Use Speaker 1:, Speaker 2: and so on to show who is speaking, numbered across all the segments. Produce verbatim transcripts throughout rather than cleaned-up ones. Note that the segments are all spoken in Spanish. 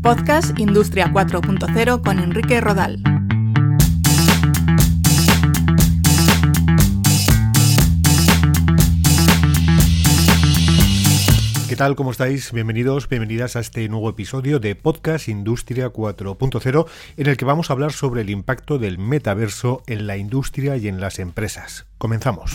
Speaker 1: Podcast Industria cuatro punto cero con Enrique Rodal.
Speaker 2: ¿Qué tal? ¿Cómo estáis? Bienvenidos, bienvenidas a este nuevo episodio de Podcast Industria cuatro punto cero, en el que vamos a hablar sobre el impacto del metaverso en la industria y en las empresas. Comenzamos.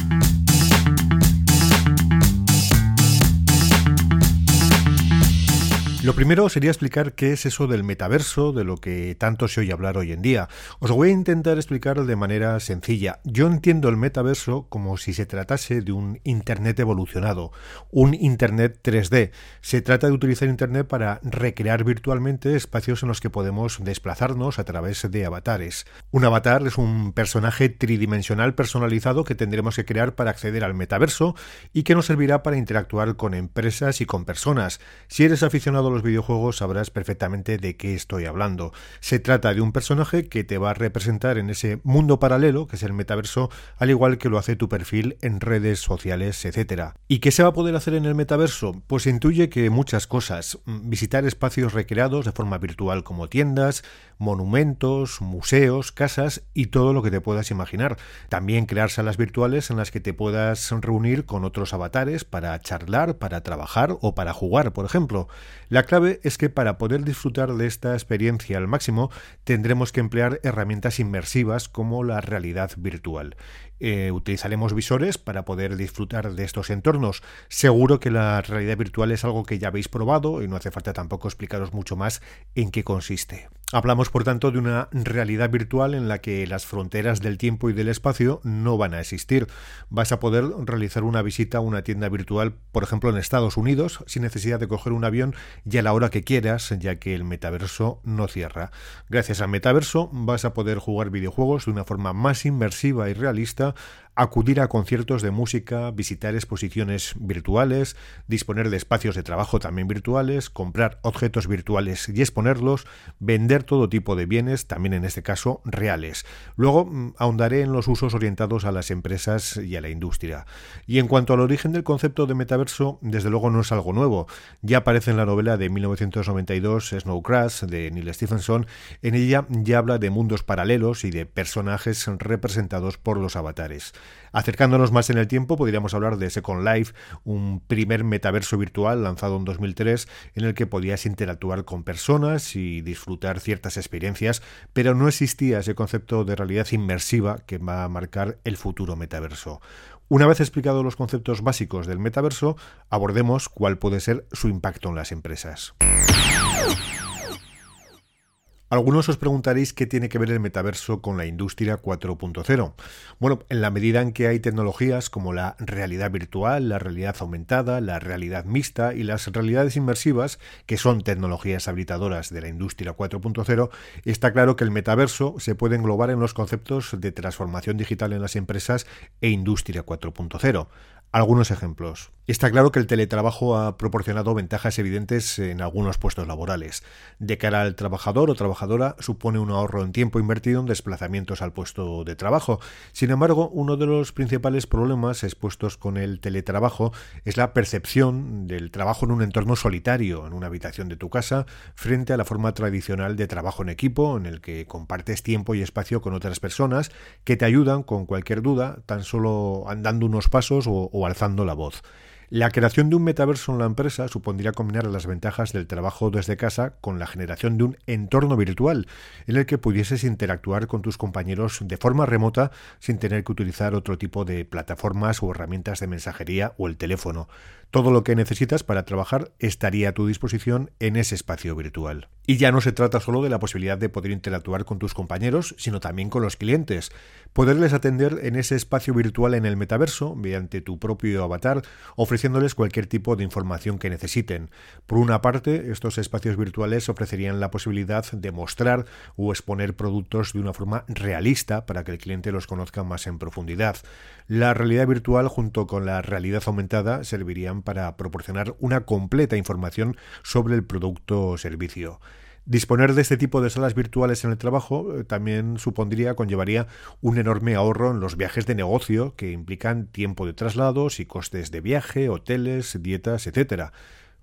Speaker 2: Lo primero sería explicar qué es eso del metaverso, de lo que tanto se oye hablar hoy en día. Os voy a intentar explicar de manera sencilla. Yo entiendo el metaverso como si se tratase de un Internet evolucionado, un Internet tres D. Se trata de utilizar Internet para recrear virtualmente espacios en los que podemos desplazarnos a través de avatares. Un avatar es un personaje tridimensional personalizado que tendremos que crear para acceder al metaverso y que nos servirá para interactuar con empresas y con personas. Si eres aficionado a los videojuegos sabrás perfectamente de qué estoy hablando. Se trata de un personaje que te va a representar en ese mundo paralelo que es el metaverso, al igual que lo hace tu perfil en redes sociales, etcétera. ¿Y qué se va a poder hacer en el metaverso? Pues se intuye que muchas cosas. Visitar espacios recreados de forma virtual como tiendas, monumentos, museos, casas y todo lo que te puedas imaginar. También crear salas virtuales en las que te puedas reunir con otros avatares para charlar, para trabajar o para jugar, por ejemplo. La clave es que para poder disfrutar de esta experiencia al máximo tendremos que emplear herramientas inmersivas como la realidad virtual. Eh, utilizaremos visores para poder disfrutar de estos entornos. Seguro que la realidad virtual es algo que ya habéis probado y no hace falta tampoco explicaros mucho más en qué consiste. Hablamos, por tanto, de una realidad virtual en la que las fronteras del tiempo y del espacio no van a existir. Vas a poder realizar una visita a una tienda virtual, por ejemplo, en Estados Unidos, sin necesidad de coger un avión y a la hora que quieras, ya que el metaverso no cierra. Gracias al metaverso vas a poder jugar videojuegos de una forma más inmersiva y realista, acudir a conciertos de música, visitar exposiciones virtuales, disponer de espacios de trabajo también virtuales, comprar objetos virtuales y exponerlos, vender todo tipo de bienes, también en este caso reales. Luego ahondaré en los usos orientados a las empresas y a la industria. Y en cuanto al origen del concepto de metaverso, desde luego no es algo nuevo. Ya aparece en la novela de mil novecientos noventa y dos Snow Crash de Neil Stephenson. En ella ya habla de mundos paralelos y de personajes representados por los avatares. Acercándonos más en el tiempo, podríamos hablar de Second Life, un primer metaverso virtual lanzado en dos mil tres, en el que podías interactuar con personas y disfrutar ciertas experiencias, pero no existía ese concepto de realidad inmersiva que va a marcar el futuro metaverso. Una vez explicados los conceptos básicos del metaverso, abordemos cuál puede ser su impacto en las empresas. Algunos os preguntaréis qué tiene que ver el metaverso con la industria cuatro punto cero. Bueno, en la medida en que hay tecnologías como la realidad virtual, la realidad aumentada, la realidad mixta y las realidades inmersivas, que son tecnologías habilitadoras de la industria cuatro punto cero, está claro que el metaverso se puede englobar en los conceptos de transformación digital en las empresas e industria cuatro punto cero. Algunos ejemplos. Está claro que el teletrabajo ha proporcionado ventajas evidentes en algunos puestos laborales. De cara al trabajador o trabajadora supone un ahorro en tiempo invertido en desplazamientos al puesto de trabajo. Sin embargo, uno de los principales problemas expuestos con el teletrabajo es la percepción del trabajo en un entorno solitario, en una habitación de tu casa, frente a la forma tradicional de trabajo en equipo, en el que compartes tiempo y espacio con otras personas que te ayudan con cualquier duda, tan solo andando unos pasos o, o alzando la voz. La creación de un metaverso en la empresa supondría combinar las ventajas del trabajo desde casa con la generación de un entorno virtual en el que pudieses interactuar con tus compañeros de forma remota sin tener que utilizar otro tipo de plataformas o herramientas de mensajería o el teléfono. Todo lo que necesitas para trabajar estaría a tu disposición en ese espacio virtual. Y ya no se trata solo de la posibilidad de poder interactuar con tus compañeros, sino también con los clientes. Poderles atender en ese espacio virtual en el metaverso, mediante tu propio avatar, ofreciéndoles cualquier tipo de información que necesiten. Por una parte, estos espacios virtuales ofrecerían la posibilidad de mostrar o exponer productos de una forma realista para que el cliente los conozca más en profundidad. La realidad virtual junto con la realidad aumentada servirían para proporcionar una completa información sobre el producto o servicio. Disponer de este tipo de salas virtuales en el trabajo eh, también supondría, conllevaría un enorme ahorro en los viajes de negocio que implican tiempo de traslados y costes de viaje, hoteles, dietas, etcétera.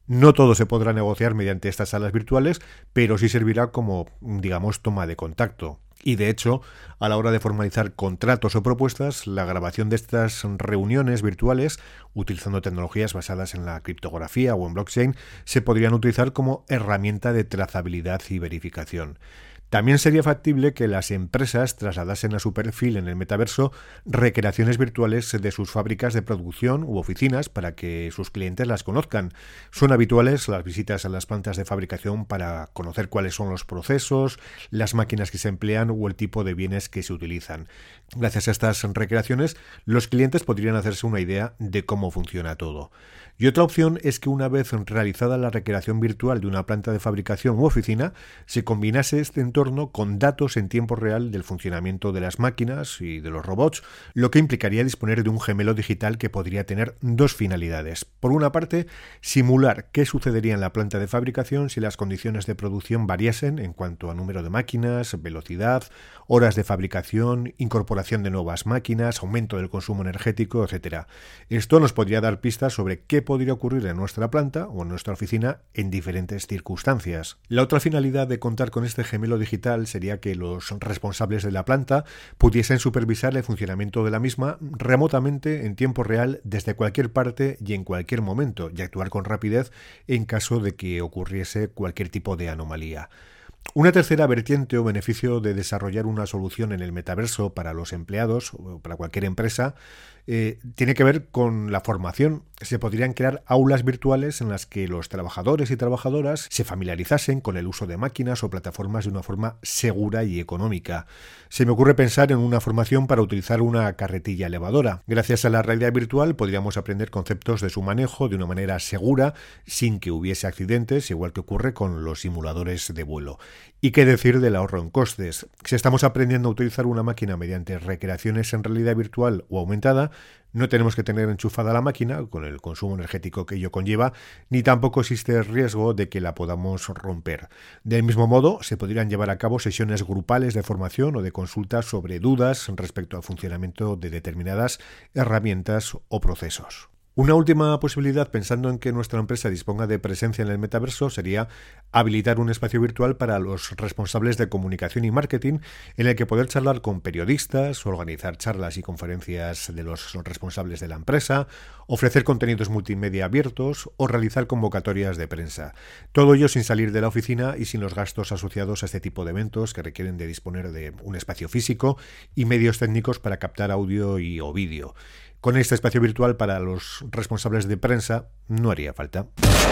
Speaker 2: No todo se podrá negociar mediante estas salas virtuales, pero sí servirá como, digamos, toma de contacto. Y de hecho, a la hora de formalizar contratos o propuestas, la grabación de estas reuniones virtuales, utilizando tecnologías basadas en la criptografía o en blockchain, se podrían utilizar como herramienta de trazabilidad y verificación. También sería factible que las empresas trasladasen a su perfil en el metaverso recreaciones virtuales de sus fábricas de producción u oficinas para que sus clientes las conozcan. Son habituales las visitas a las plantas de fabricación para conocer cuáles son los procesos, las máquinas que se emplean o el tipo de bienes que se utilizan. Gracias a estas recreaciones, los clientes podrían hacerse una idea de cómo funciona todo. Y otra opción es que una vez realizada la recreación virtual de una planta de fabricación u oficina, se combinase este entorno con datos en tiempo real del funcionamiento de las máquinas y de los robots, lo que implicaría disponer de un gemelo digital que podría tener dos finalidades. Por una parte, simular qué sucedería en la planta de fabricación si las condiciones de producción variasen en cuanto a número de máquinas, velocidad, horas de fabricación, incorporación de nuevas máquinas, aumento del consumo energético, etcétera. Esto nos podría dar pistas sobre qué podría ocurrir en nuestra planta o en nuestra oficina en diferentes circunstancias. La otra finalidad de contar con este gemelo digital sería que los responsables de la planta pudiesen supervisar el funcionamiento de la misma remotamente en tiempo real desde cualquier parte y en cualquier momento y actuar con rapidez en caso de que ocurriese cualquier tipo de anomalía. Una tercera vertiente o beneficio de desarrollar una solución en el metaverso para los empleados o para cualquier empresa eh, tiene que ver con la formación. Se podrían crear aulas virtuales en las que los trabajadores y trabajadoras se familiarizasen con el uso de máquinas o plataformas de una forma segura y económica. Se me ocurre pensar en una formación para utilizar una carretilla elevadora. Gracias a la realidad virtual podríamos aprender conceptos de su manejo de una manera segura sin que hubiese accidentes, igual que ocurre con los simuladores de vuelo. ¿Y qué decir del ahorro en costes? Si estamos aprendiendo a utilizar una máquina mediante recreaciones en realidad virtual o aumentada, no tenemos que tener enchufada la máquina, con el consumo energético que ello conlleva, ni tampoco existe el riesgo de que la podamos romper. Del mismo modo, se podrían llevar a cabo sesiones grupales de formación o de consulta sobre dudas respecto al funcionamiento de determinadas herramientas o procesos. Una última posibilidad, pensando en que nuestra empresa disponga de presencia en el metaverso, sería habilitar un espacio virtual para los responsables de comunicación y marketing en el que poder charlar con periodistas, organizar charlas y conferencias de los responsables de la empresa, ofrecer contenidos multimedia abiertos o realizar convocatorias de prensa. Todo ello sin salir de la oficina y sin los gastos asociados a este tipo de eventos que requieren de disponer de un espacio físico y medios técnicos para captar audio y o vídeo. Con este espacio virtual para los responsables de prensa no haría falta.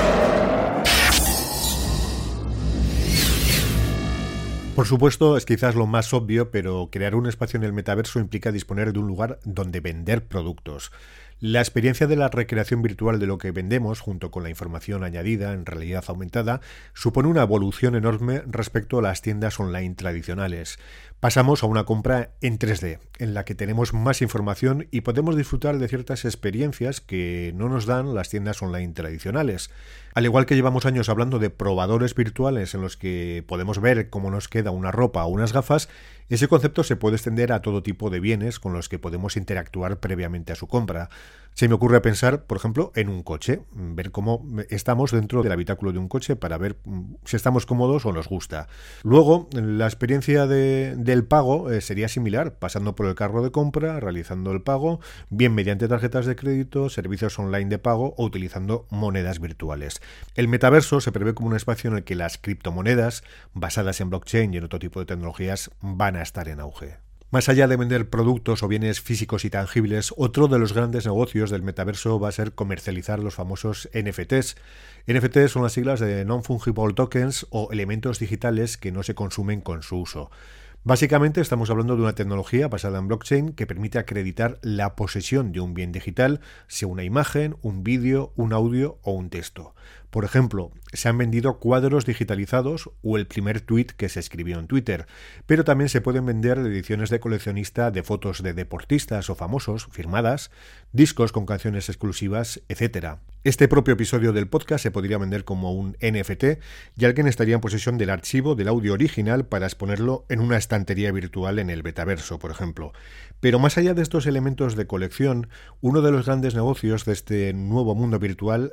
Speaker 2: Por supuesto, es quizás lo más obvio, pero crear un espacio en el metaverso implica disponer de un lugar donde vender productos. La experiencia de la recreación virtual de lo que vendemos, junto con la información añadida en realidad aumentada, supone una evolución enorme respecto a las tiendas online tradicionales. Pasamos a una compra en tres D, en la que tenemos más información y podemos disfrutar de ciertas experiencias que no nos dan las tiendas online tradicionales. Al igual que llevamos años hablando de probadores virtuales en los que podemos ver cómo nos queda una ropa o unas gafas, ese concepto se puede extender a todo tipo de bienes con los que podemos interactuar previamente a su compra. Se me ocurre pensar, por ejemplo, en un coche, ver cómo estamos dentro del habitáculo de un coche para ver si estamos cómodos o nos gusta. Luego, la experiencia de, del pago eh, sería similar, pasando por el carro de compra, realizando el pago, bien mediante tarjetas de crédito, servicios online de pago o utilizando monedas virtuales. El metaverso se prevé como un espacio en el que las criptomonedas, basadas en blockchain y en otro tipo de tecnologías, van a estar en auge. Más allá de vender productos o bienes físicos y tangibles, otro de los grandes negocios del metaverso va a ser comercializar los famosos N F Ts. N F Ts son las siglas de Non-Fungible Tokens o elementos digitales que no se consumen con su uso. Básicamente estamos hablando de una tecnología basada en blockchain que permite acreditar la posesión de un bien digital, sea una imagen, un vídeo, un audio o un texto. Por ejemplo, se han vendido cuadros digitalizados o el primer tweet que se escribió en Twitter, pero también se pueden vender ediciones de coleccionista de fotos de deportistas o famosos firmadas, discos con canciones exclusivas, etcétera. Este propio episodio del podcast se podría vender como un N F T y alguien estaría en posesión del archivo del audio original para exponerlo en una estantería virtual en el metaverso, por ejemplo. Pero más allá de estos elementos de colección, uno de los grandes negocios de este nuevo mundo virtual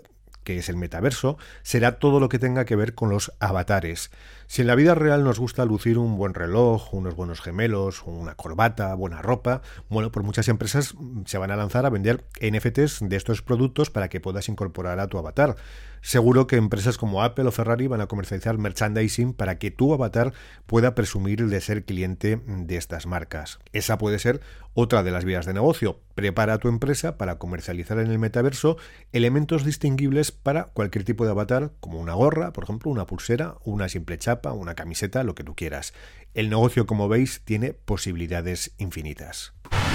Speaker 2: que es el metaverso, será todo lo que tenga que ver con los avatares. Si en la vida real nos gusta lucir un buen reloj, unos buenos gemelos, una corbata, buena ropa, bueno, pues muchas empresas se van a lanzar a vender N F Ts de estos productos para que puedas incorporar a tu avatar. Seguro que empresas como Apple o Ferrari van a comercializar merchandising para que tu avatar pueda presumir de ser cliente de estas marcas. Esa puede ser otra de las vías de negocio. Prepara a tu empresa para comercializar en el metaverso elementos distinguibles para cualquier tipo de avatar, como una gorra, por ejemplo, una pulsera, una simple chapa, una camiseta, lo que tú quieras. El negocio, como veis, tiene posibilidades infinitas.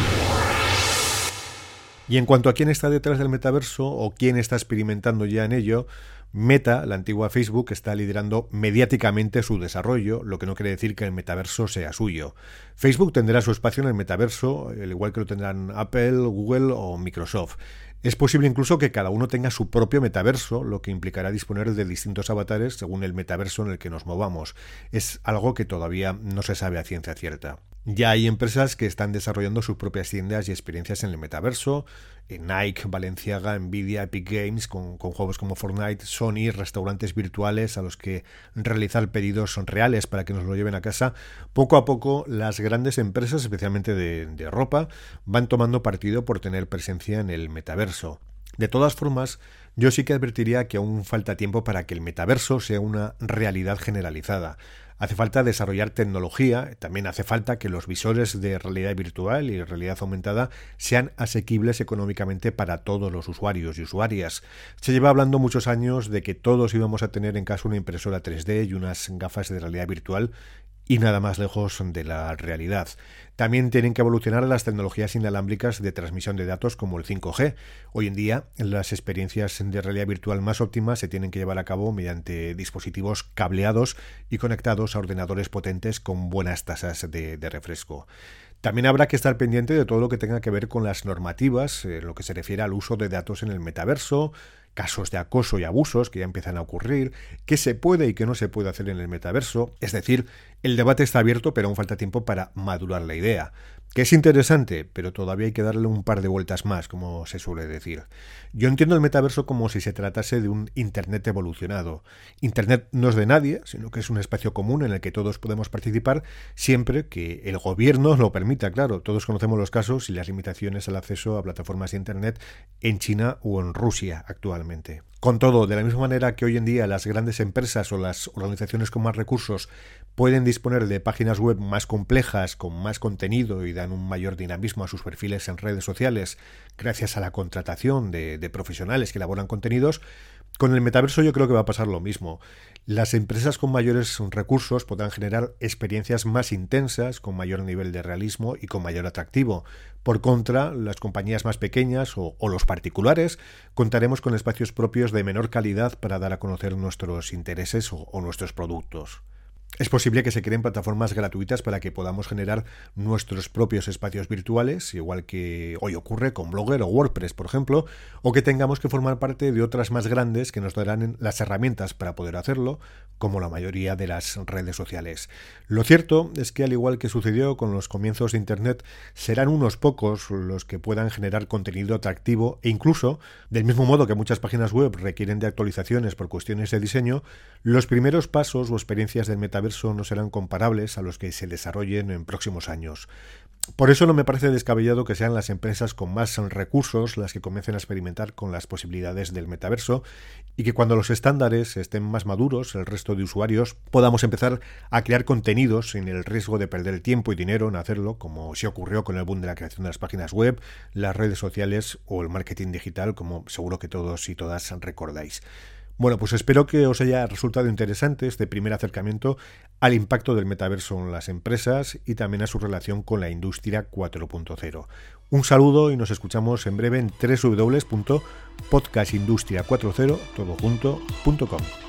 Speaker 2: Y en cuanto a quién está detrás del metaverso o quién está experimentando ya en ello, Meta, la antigua Facebook, está liderando mediáticamente su desarrollo, lo que no quiere decir que el metaverso sea suyo. Facebook tendrá su espacio en el metaverso, al igual que lo tendrán Apple, Google o Microsoft. Es posible incluso que cada uno tenga su propio metaverso, lo que implicará disponer de distintos avatares según el metaverso en el que nos movamos. Es algo que todavía no se sabe a ciencia cierta. Ya hay empresas que están desarrollando sus propias tiendas y experiencias en el metaverso. Nike, Balenciaga, Nvidia, Epic Games, con, con juegos como Fortnite, Sony, restaurantes virtuales a los que realizar pedidos son reales para que nos lo lleven a casa. Poco a poco las grandes empresas, especialmente de, de ropa, van tomando partido por tener presencia en el metaverso. De todas formas, yo sí que advertiría que aún falta tiempo para que el metaverso sea una realidad generalizada. Hace falta desarrollar tecnología, también hace falta que los visores de realidad virtual y realidad aumentada sean asequibles económicamente para todos los usuarios y usuarias. Se lleva hablando muchos años de que todos íbamos a tener en casa una impresora tres D y unas gafas de realidad virtual, y nada más lejos de la realidad. También tienen que evolucionar las tecnologías inalámbricas de transmisión de datos como el cinco G. Hoy en día, las experiencias de realidad virtual más óptimas se tienen que llevar a cabo mediante dispositivos cableados y conectados a ordenadores potentes con buenas tasas de, de refresco. También habrá que estar pendiente de todo lo que tenga que ver con las normativas, en lo que se refiere al uso de datos en el metaverso, casos de acoso y abusos que ya empiezan a ocurrir, qué se puede y qué no se puede hacer en el metaverso. Es decir, el debate está abierto, pero aún falta tiempo para madurar la idea. Que es interesante, pero todavía hay que darle un par de vueltas más, como se suele decir. Yo entiendo el metaverso como si se tratase de un Internet evolucionado. Internet no es de nadie, sino que es un espacio común en el que todos podemos participar, siempre que el gobierno lo permita, claro. Todos conocemos los casos y las limitaciones al acceso a plataformas de Internet en China o en Rusia actualmente. Con todo, de la misma manera que hoy en día las grandes empresas o las organizaciones con más recursos pueden disponer de páginas web más complejas, con más contenido y dan un mayor dinamismo a sus perfiles en redes sociales gracias a la contratación de, de profesionales que elaboran contenidos, con el metaverso yo creo que va a pasar lo mismo. Las empresas con mayores recursos podrán generar experiencias más intensas, con mayor nivel de realismo y con mayor atractivo. Por contra, las compañías más pequeñas o, o los particulares contaremos con espacios propios de menor calidad para dar a conocer nuestros intereses o, o nuestros productos. Es posible que se creen plataformas gratuitas para que podamos generar nuestros propios espacios virtuales, igual que hoy ocurre con Blogger o WordPress, por ejemplo, o que tengamos que formar parte de otras más grandes que nos darán las herramientas para poder hacerlo, como la mayoría de las redes sociales. Lo cierto es que, al igual que sucedió con los comienzos de Internet, serán unos pocos los que puedan generar contenido atractivo e incluso, del mismo modo que muchas páginas web requieren de actualizaciones por cuestiones de diseño, los primeros pasos o experiencias del metaverso no serán comparables a los que se desarrollen en próximos años. Por eso no me parece descabellado que sean las empresas con más recursos las que comiencen a experimentar con las posibilidades del metaverso y que cuando los estándares estén más maduros, el resto de usuarios podamos empezar a crear contenidos sin el riesgo de perder tiempo y dinero en hacerlo, como sí ocurrió con el boom de la creación de las páginas web, las redes sociales o el marketing digital, como seguro que todos y todas recordáis. Bueno, pues espero que os haya resultado interesante este primer acercamiento al impacto del metaverso en las empresas y también a su relación con la industria cuatro punto cero. Un saludo y nos escuchamos en breve en doble u doble u doble u punto podcast industria cuatro punto cero todo junto punto com.